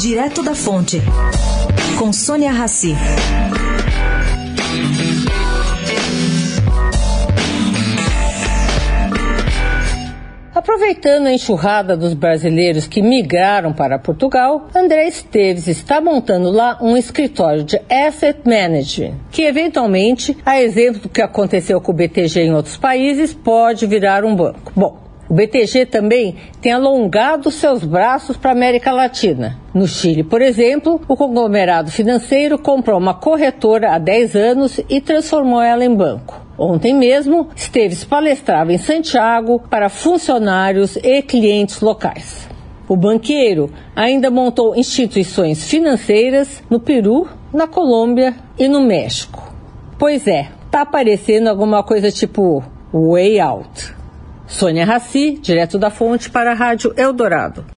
Direto da Fonte, com Sônia Rassi. Aproveitando a enxurrada dos brasileiros que migraram para Portugal, André Esteves está montando lá um escritório de asset management, que eventualmente, a exemplo do que aconteceu com o BTG em outros países, pode virar um banco. Bom, o BTG também tem alongado seus braços para a América Latina. No Chile, por exemplo, o conglomerado financeiro comprou uma corretora há 10 anos e transformou ela em banco. Ontem mesmo, Esteves palestrava em Santiago para funcionários e clientes locais. O banqueiro ainda montou instituições financeiras no Peru, na Colômbia e no México. Pois é, tá aparecendo alguma coisa tipo Way Out. Sônia Rassi, direto da Fonte para a Rádio Eldorado.